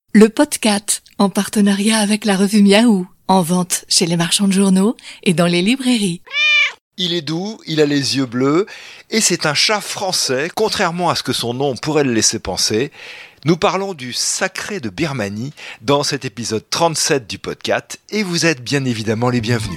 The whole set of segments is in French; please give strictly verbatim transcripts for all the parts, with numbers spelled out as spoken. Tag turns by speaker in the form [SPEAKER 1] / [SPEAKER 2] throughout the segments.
[SPEAKER 1] Le podcast, en partenariat avec la revue Miaou, en vente chez les marchands de journaux et dans les librairies.
[SPEAKER 2] Il est doux, il a les yeux bleus, et c'est un chat français, contrairement à ce que son nom pourrait le laisser penser. Nous parlons du sacré de Birmanie dans cet épisode trente-sept du podcast, et vous êtes bien évidemment les bienvenus.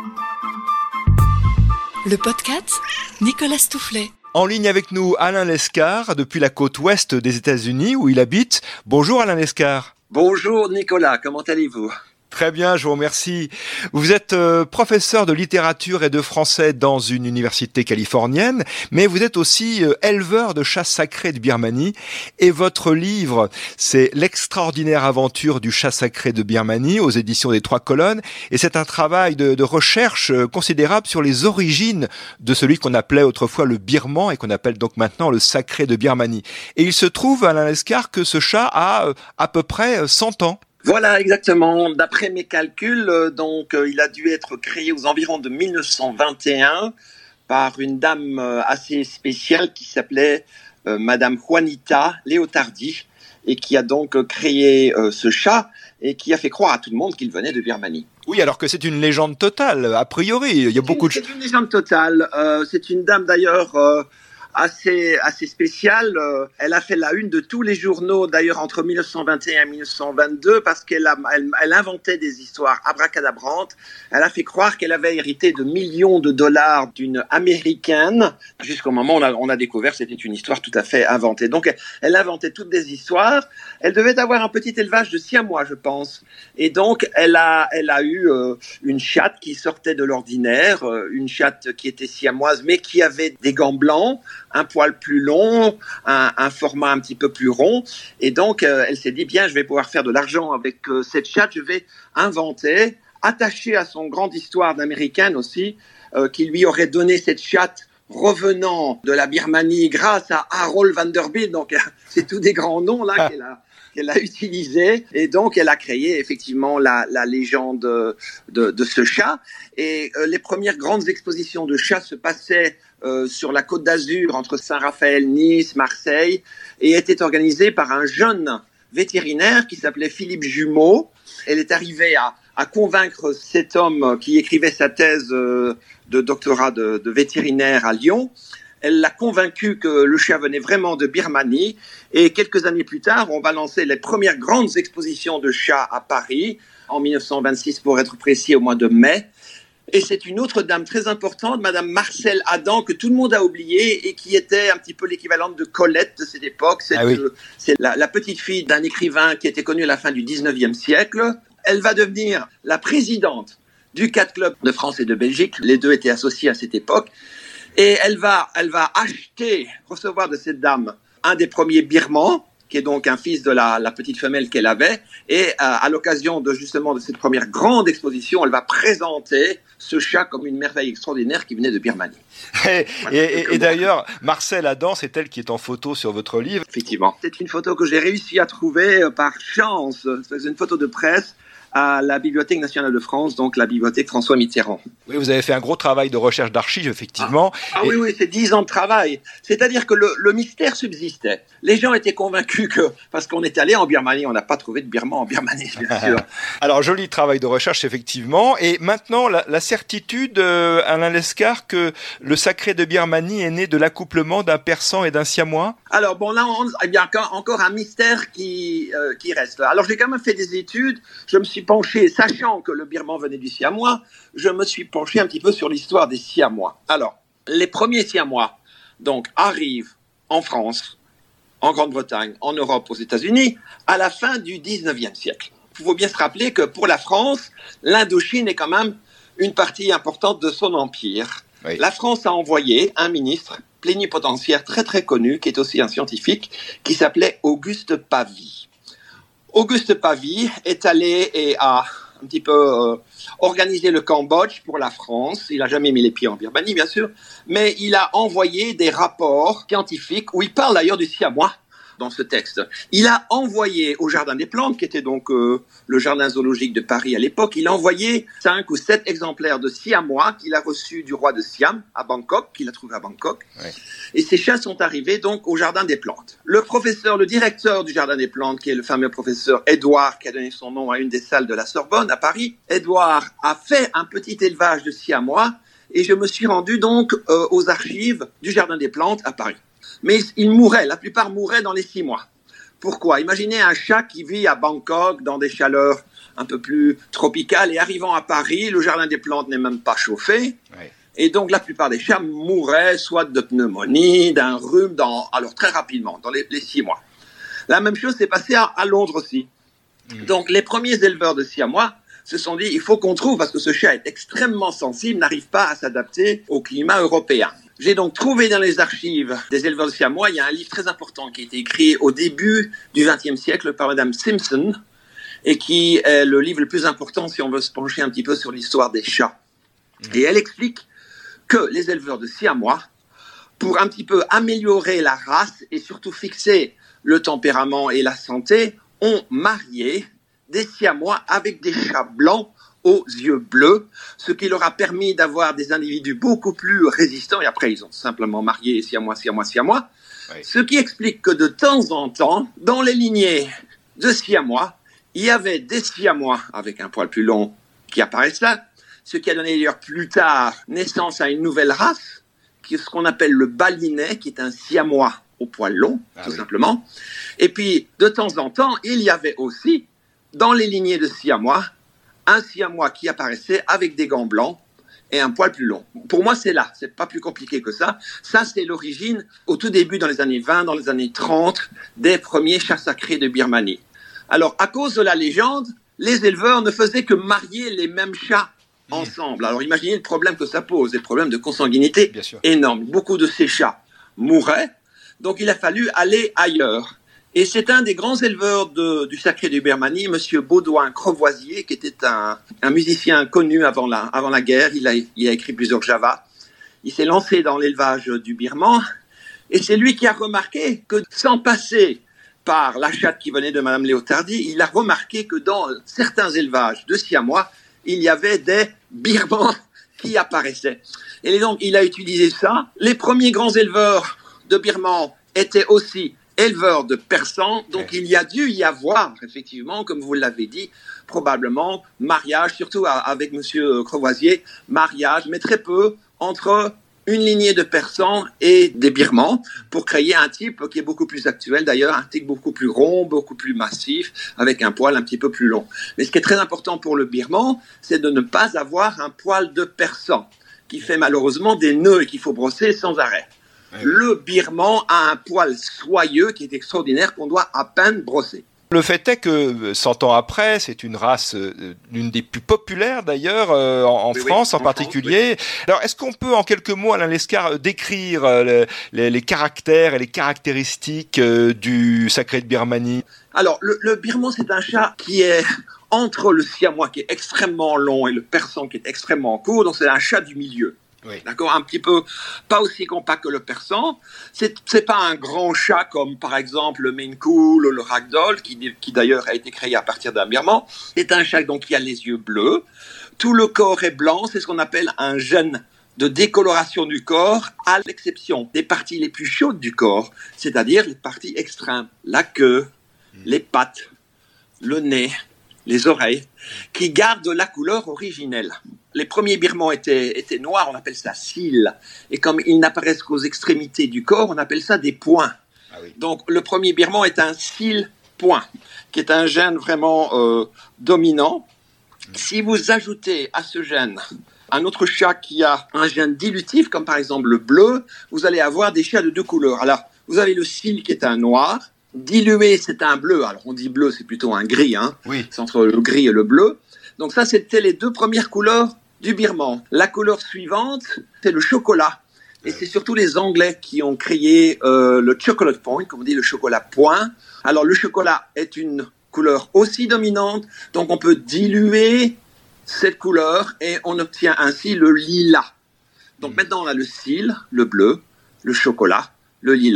[SPEAKER 1] Le podcast, Nicolas Stoufflet.
[SPEAKER 2] En ligne avec nous, Alain Lescar, depuis la côte ouest des États-Unis, où il habite. Bonjour Alain Lescar.
[SPEAKER 3] Bonjour Nicolas, comment allez-vous ?
[SPEAKER 2] Très bien, je vous remercie. Vous êtes euh, professeur de littérature et de français dans une université californienne, mais vous êtes aussi euh, éleveur de chats sacrés de Birmanie. Et votre livre, c'est L'extraordinaire aventure du chat sacré de Birmanie aux éditions des Trois Colonnes. Et c'est un travail de, de recherche euh, considérable sur les origines de celui qu'on appelait autrefois le birman et qu'on appelle donc maintenant le sacré de Birmanie. Et il se trouve, Alain Lescar, que ce chat a euh, à peu près cent ans.
[SPEAKER 3] Voilà, exactement. D'après mes calculs, euh, donc, euh, il a dû être créé aux environs de mille neuf cent vingt et un par une dame euh, assez spéciale qui s'appelait euh, Madame Juanita Leotardi et qui a donc euh, créé euh, ce chat et qui a fait croire à tout le monde qu'il venait de Birmanie.
[SPEAKER 2] Oui, alors que c'est une légende totale, a priori. Il y a beaucoup de...
[SPEAKER 3] C'est une légende totale. Euh, c'est une dame d'ailleurs... Euh, assez assez spéciale. Euh, elle a fait la une de tous les journaux, d'ailleurs, entre mille neuf cent vingt et un et mille neuf cent vingt-deux, parce qu'elle a, elle, elle inventait des histoires abracadabrantes. Elle a fait croire qu'elle avait hérité de millions de dollars d'une Américaine, jusqu'au moment où on a, on a découvert que c'était une histoire tout à fait inventée. Donc, elle, elle inventait toutes des histoires. Elle devait avoir un petit élevage de siamois, je pense. Et donc, elle a, elle a eu euh, une chatte qui sortait de l'ordinaire, euh, une chatte qui était siamoise, mais qui avait des gants blancs, un poil plus long, un, un format un petit peu plus rond. Et donc, euh, elle s'est dit, bien, je vais pouvoir faire de l'argent avec euh, cette chatte. Je vais inventer, attaché à son grande histoire d'américaine aussi, euh, qui lui aurait donné cette chatte revenant de la Birmanie grâce à Harold Vanderbilt. Donc, c'est tous des grands noms là ah. qu'elle a. qu'elle a utilisé, et donc elle a créé effectivement la, la légende de, de ce chat. Et euh, les premières grandes expositions de chats se passaient euh, sur la Côte d'Azur, entre Saint-Raphaël, Nice, Marseille, et étaient organisées par un jeune vétérinaire qui s'appelait Philippe Jumeau. Elle est arrivée à, à convaincre cet homme qui écrivait sa thèse euh, de doctorat de, de vétérinaire à Lyon. Elle l'a convaincu que le chat venait vraiment de Birmanie, et quelques années plus tard, on va lancer les premières grandes expositions de chats à Paris, en mille neuf cent vingt-six pour être précis, au mois de mai. Et c'est une autre dame très importante, Madame Marcelle Adam, que tout le monde a oublié et qui était un petit peu l'équivalente de Colette de cette époque. C'est, ah oui. euh, c'est la, la petite fille d'un écrivain qui était connu à la fin du dix-neuvième siècle. Elle va devenir la présidente du Cat Club de France et de Belgique. Les deux étaient associés à cette époque. Et elle va, elle va acheter, recevoir de cette dame un des premiers birmans, qui est donc un fils de la, la petite femelle qu'elle avait. Et euh, à l'occasion de justement de cette première grande exposition, elle va présenter ce chat comme une merveille extraordinaire qui venait de Birmanie.
[SPEAKER 2] Et, voilà, et, et, et d'ailleurs, Marcelle Adam, c'est elle qui est en photo sur votre livre.
[SPEAKER 3] Effectivement. C'est une photo que j'ai réussi à trouver euh, par chance. C'est une photo de presse à la Bibliothèque nationale de France, donc la bibliothèque François Mitterrand.
[SPEAKER 2] Oui, vous avez fait un gros travail de recherche d'archives, effectivement.
[SPEAKER 3] Ah, ah et... oui, oui, c'est dix ans de travail. C'est-à-dire que le, le mystère subsistait. Les gens étaient convaincus que, parce qu'on est allé en Birmanie, on n'a pas trouvé de Birman en Birmanie, bien sûr.
[SPEAKER 2] Alors, joli travail de recherche, effectivement. Et maintenant, la, la certitude, euh, Alain Lescar, que le sacré de Birmanie est né de l'accouplement d'un persan et d'un siamois.
[SPEAKER 3] Alors, bon, là, il y a encore, encore un mystère qui, euh, qui reste. Alors, j'ai quand même fait des études. Je me suis penché, sachant que le birman venait du siamois, je me suis penché un petit peu sur l'histoire des siamois. Alors, les premiers siamois, donc, arrivent en France, en Grande-Bretagne, en Europe, aux États-Unis, à la fin du dix-neuvième siècle. Il faut bien se rappeler que pour la France, l'Indochine est quand même une partie importante de son empire. Oui. La France a envoyé un ministre plénipotentiaire très très connu, qui est aussi un scientifique, qui s'appelait Auguste Pavie. Auguste Pavie est allé et a un petit peu euh, organisé le Cambodge pour la France. Il n'a jamais mis les pieds en Birmanie, bien sûr, mais il a envoyé des rapports scientifiques où il parle d'ailleurs du siamois dans ce texte. Il a envoyé au Jardin des Plantes, qui était donc euh, le jardin zoologique de Paris à l'époque, il a envoyé cinq ou sept exemplaires de siamois qu'il a reçus du roi de Siam à Bangkok, qu'il a trouvé à Bangkok. Ouais. Et ces chats sont arrivés donc au Jardin des Plantes. Le professeur, le directeur du Jardin des Plantes, qui est le fameux professeur Édouard, qui a donné son nom à une des salles de la Sorbonne à Paris, Édouard a fait un petit élevage de siamois et je me suis rendu donc euh, aux archives du Jardin des Plantes à Paris. Mais ils mouraient, la plupart mouraient dans les six mois. Pourquoi ? Imaginez un chat qui vit à Bangkok dans des chaleurs un peu plus tropicales et arrivant à Paris, le Jardin des Plantes n'est même pas chauffé. Ouais. Et donc la plupart des chats mouraient soit de pneumonie, d'un rhume, dans, alors très rapidement, dans les, les six mois. La même chose s'est passée à, à Londres aussi. Mmh. Donc les premiers éleveurs de siamois se sont dit, il faut qu'on trouve, parce que ce chat est extrêmement sensible, n'arrive pas à s'adapter au climat européen. J'ai donc trouvé dans les archives des éleveurs de siamois, il y a un livre très important qui a été écrit au début du vingtième siècle par Madame Simpson, et qui est le livre le plus important si on veut se pencher un petit peu sur l'histoire des chats. Et elle explique que les éleveurs de siamois, pour un petit peu améliorer la race et surtout fixer le tempérament et la santé, ont marié des siamois avec des chats blancs aux yeux bleus, ce qui leur a permis d'avoir des individus beaucoup plus résistants. Et après, ils ont simplement marié siamois, siamois, siamois. Oui. Ce qui explique que de temps en temps, dans les lignées de siamois, il y avait des siamois avec un poil plus long qui apparaissent là, ce qui a donné d'ailleurs plus tard naissance à une nouvelle race, qui est ce qu'on appelle le balinet, qui est un siamois au poil long, ah tout oui. simplement. Et puis, de temps en temps, il y avait aussi, dans les lignées de siamois, un siamois qui apparaissait avec des gants blancs et un poil plus long. Pour moi, c'est là. C'est pas plus compliqué que ça. Ça, c'est l'origine, au tout début, dans les années vingt, dans les années trente, des premiers chats sacrés de Birmanie. Alors, à cause de la légende, les éleveurs ne faisaient que marier les mêmes chats ensemble. Alors, imaginez le problème que ça pose, des problèmes de consanguinité énormes. Beaucoup de ces chats mouraient, donc il a fallu aller ailleurs. Et c'est un des grands éleveurs de, du sacré de Birmanie, Monsieur Baudouin Crevoisier, qui était un, un musicien connu avant la, avant la guerre. Il a, il a écrit plusieurs javas. Il s'est lancé dans l'élevage du birman. Et c'est lui qui a remarqué que, sans passer par la chatte qui venait de Madame Léotardi, il a remarqué que dans certains élevages de siamois, il y avait des birmans qui apparaissaient. Et donc, il a utilisé ça. Les premiers grands éleveurs de birmans étaient aussi éleveurs de persans, donc ouais. il y a dû y avoir, effectivement, comme vous l'avez dit, probablement mariage, surtout avec Monsieur Crevoisier, mariage, mais très peu, entre une lignée de persans et des birmans, pour créer un type qui est beaucoup plus actuel, d'ailleurs, un type beaucoup plus rond, beaucoup plus massif, avec un poil un petit peu plus long. Mais ce qui est très important pour le birman, c'est de ne pas avoir un poil de persan, qui fait malheureusement des nœuds et qu'il faut brosser sans arrêt. Le birman a un poil soyeux qui est extraordinaire, qu'on doit à peine brosser.
[SPEAKER 2] Le fait est que, cent ans après, c'est une race, euh, l'une des plus populaires d'ailleurs, euh, en, en oui, France oui, en, en particulier. France, oui. Alors, est-ce qu'on peut, en quelques mots, Alain Lescar, décrire euh, les, les, les caractères et les caractéristiques euh, du sacré de Birmanie ?
[SPEAKER 3] Alors, le, le birman, c'est un chat qui est entre le siamois, qui est extrêmement long, et le persan, qui est extrêmement court, donc c'est un chat du milieu. Oui. D'accord, un petit peu, pas aussi compact que le persan. C'est, c'est pas un grand chat comme par exemple le Maine Coon ou le Ragdoll, qui, qui d'ailleurs a été créé à partir d'un birman. C'est un chat donc qui a les yeux bleus. Tout le corps est blanc, c'est ce qu'on appelle un gène de décoloration du corps, à l'exception des parties les plus chaudes du corps, c'est-à-dire les parties extrêmes, la queue, mmh. les pattes, le nez, les oreilles, qui gardent la couleur originelle. Les premiers birmans étaient, étaient noirs, on appelle ça cils. Et comme ils n'apparaissent qu'aux extrémités du corps, on appelle ça des points. Ah oui. Donc le premier birman est un cil point, qui est un gène vraiment euh, dominant. Mmh. Si vous ajoutez à ce gène un autre chat qui a un gène dilutif, comme par exemple le bleu, vous allez avoir des chats de deux couleurs. Alors, vous avez le cil qui est un noir, dilué, c'est un bleu. Alors, on dit bleu, c'est plutôt un gris, hein. Oui. C'est entre le gris et le bleu. Donc ça, c'était les deux premières couleurs du birman. La couleur suivante, c'est le chocolat. Et c'est surtout les Anglais qui ont créé euh, le chocolate point, comme on dit, le chocolat point. Alors, le chocolat est une couleur aussi dominante, donc on peut diluer cette couleur et on obtient ainsi le lilas. Donc mmh. maintenant, on a le cil, le bleu, le chocolat, le lilas.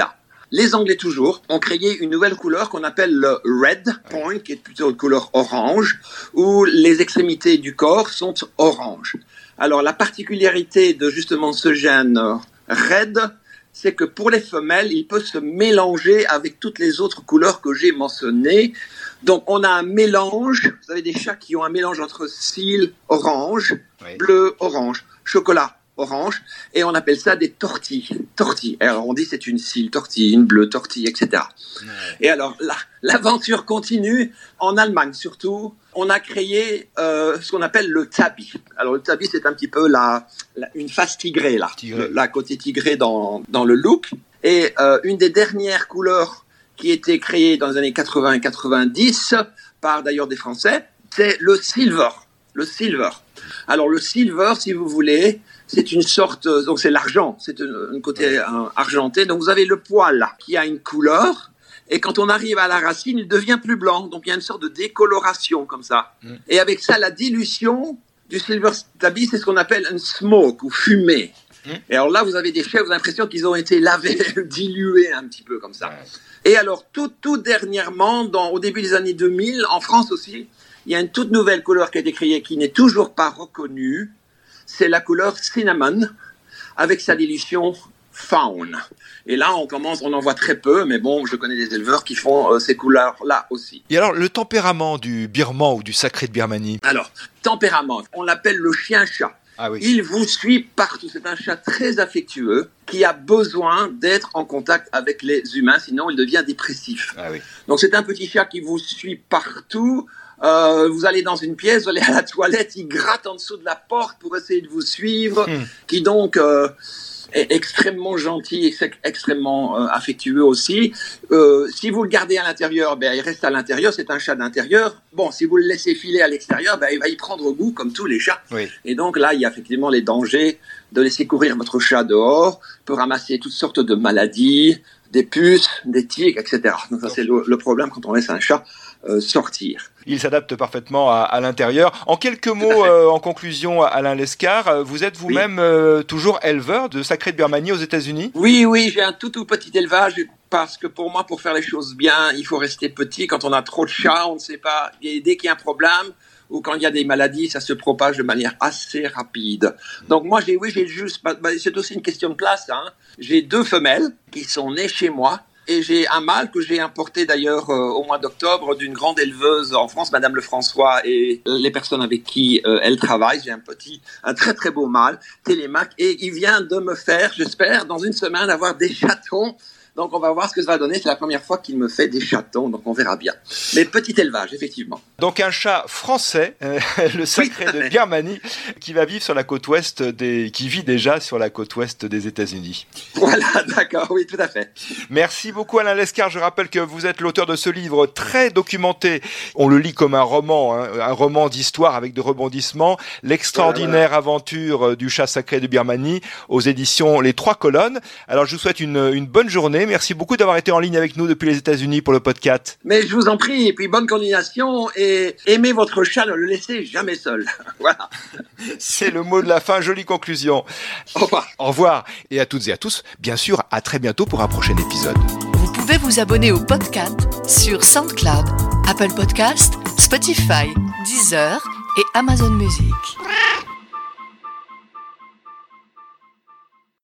[SPEAKER 3] Les Anglais toujours ont créé une nouvelle couleur qu'on appelle le red point, qui est plutôt une couleur orange, où les extrémités du corps sont orange. Alors la particularité de justement ce gène red, c'est que pour les femelles, il peut se mélanger avec toutes les autres couleurs que j'ai mentionnées. Donc on a un mélange, vous avez des chats qui ont un mélange entre cils orange, oui. bleu, orange, chocolat, orange, et on appelle ça des tortilles. Tortilles. Alors on dit c'est une cils tortille, une bleue tortille, et cetera. Ouais. Et alors là, l'aventure continue en Allemagne surtout. On a créé euh, ce qu'on appelle le tabby. Alors le tabby, c'est un petit peu la, la une face tigrée là, tigré. la côté tigré dans dans le look. Et euh, une des dernières couleurs qui a été créée dans les années quatre-vingts et quatre-vingt-dix par d'ailleurs des Français, c'est le silver. Le silver. Alors le silver, si vous voulez, c'est une sorte, donc c'est l'argent, c'est un côté un, argenté. Donc vous avez le poil là, qui a une couleur. Et quand on arrive à la racine, il devient plus blanc. Donc, il y a une sorte de décoloration comme ça. Mm. Et avec ça, la dilution du silver tabby, c'est ce qu'on appelle un smoke ou fumée. Mm. Et alors là, vous avez des chefs, vous avez l'impression qu'ils ont été lavés, dilués un petit peu comme ça. Ouais. Et alors, tout, tout dernièrement, dans, au début des années deux mille, en France aussi, il y a une toute nouvelle couleur qui a été créée, qui n'est toujours pas reconnue. C'est la couleur cinnamon, avec sa dilution faune. Et là, on commence, on en voit très peu, mais bon, je connais des éleveurs qui font euh, ces couleurs-là aussi.
[SPEAKER 2] Et alors, le tempérament du birman ou du sacré de Birmanie ?
[SPEAKER 3] Alors, tempérament, on l'appelle le chien-chat. Ah oui. Il vous suit partout. C'est un chat très affectueux qui a besoin d'être en contact avec les humains, sinon il devient dépressif. Ah oui. Donc, c'est un petit chat qui vous suit partout. Euh, vous allez dans une pièce, vous allez à la toilette, il gratte en dessous de la porte pour essayer de vous suivre, hum. qui donc... Euh, est extrêmement gentil et extrêmement euh, affectueux aussi. Euh, si vous le gardez à l'intérieur, ben, il reste à l'intérieur, c'est un chat d'intérieur. Bon, si vous le laissez filer à l'extérieur, ben, il va y prendre goût comme tous les chats. Oui. Et donc là, il y a effectivement les dangers de laisser courir votre chat dehors, peut ramasser toutes sortes de maladies, des puces, des tiques, et cetera. Donc ça, c'est le, le problème quand on laisse un chat euh, sortir.
[SPEAKER 2] Il s'adapte parfaitement à, à l'intérieur. En quelques mots, euh, en conclusion, Alain Lescar, vous êtes vous-même oui. euh, toujours éleveur de sacré de Birmanie aux États-Unis ?
[SPEAKER 3] Oui, oui, j'ai un tout tout petit élevage parce que pour moi, pour faire les choses bien, il faut rester petit. Quand on a trop de chats, on ne sait pas. Et dès qu'il y a un problème ou quand il y a des maladies, ça se propage de manière assez rapide. Donc moi, j'ai oui, j'ai juste. Bah, c'est aussi une question de place. Hein. J'ai deux femelles qui sont nées chez moi. Et j'ai un mâle que j'ai importé d'ailleurs euh, au mois d'octobre d'une grande éleveuse en France, Madame Lefrançois, et les personnes avec qui euh, elle travaille. J'ai un petit, un très très beau mâle, Télémac, et il vient de me faire, j'espère, dans une semaine, avoir des chatons. Donc on va voir ce que ça va donner. C'est la première fois qu'il me fait des chatons, donc on verra bien. Mais petit élevage, effectivement.
[SPEAKER 2] Donc un chat français, euh, le sacré oui, de Birmanie, qui va vivre sur la côte ouest des, qui vit déjà sur la côte ouest des États-Unis.
[SPEAKER 3] Voilà, d'accord, oui, tout à fait.
[SPEAKER 2] Merci beaucoup Alain Lescar. Je rappelle que vous êtes l'auteur de ce livre très documenté. On le lit comme un roman, hein, un roman d'histoire avec de rebondissements. L'extraordinaire voilà, voilà. aventure du chat sacré de Birmanie aux éditions Les Trois Colonnes. Alors je vous souhaite une, une bonne journée. Merci beaucoup d'avoir été en ligne avec nous depuis les États-Unis pour le podcast.
[SPEAKER 3] Mais je vous en prie, et puis bonne continuation, et aimez votre chat, ne le laissez jamais seul. Voilà.
[SPEAKER 2] C'est le mot de la fin, jolie conclusion.
[SPEAKER 3] Au revoir.
[SPEAKER 2] Au revoir, et à toutes et à tous, bien sûr, à très bientôt pour un prochain épisode.
[SPEAKER 1] Vous pouvez vous abonner au podcast sur SoundCloud, Apple Podcasts, Spotify, Deezer et Amazon Music.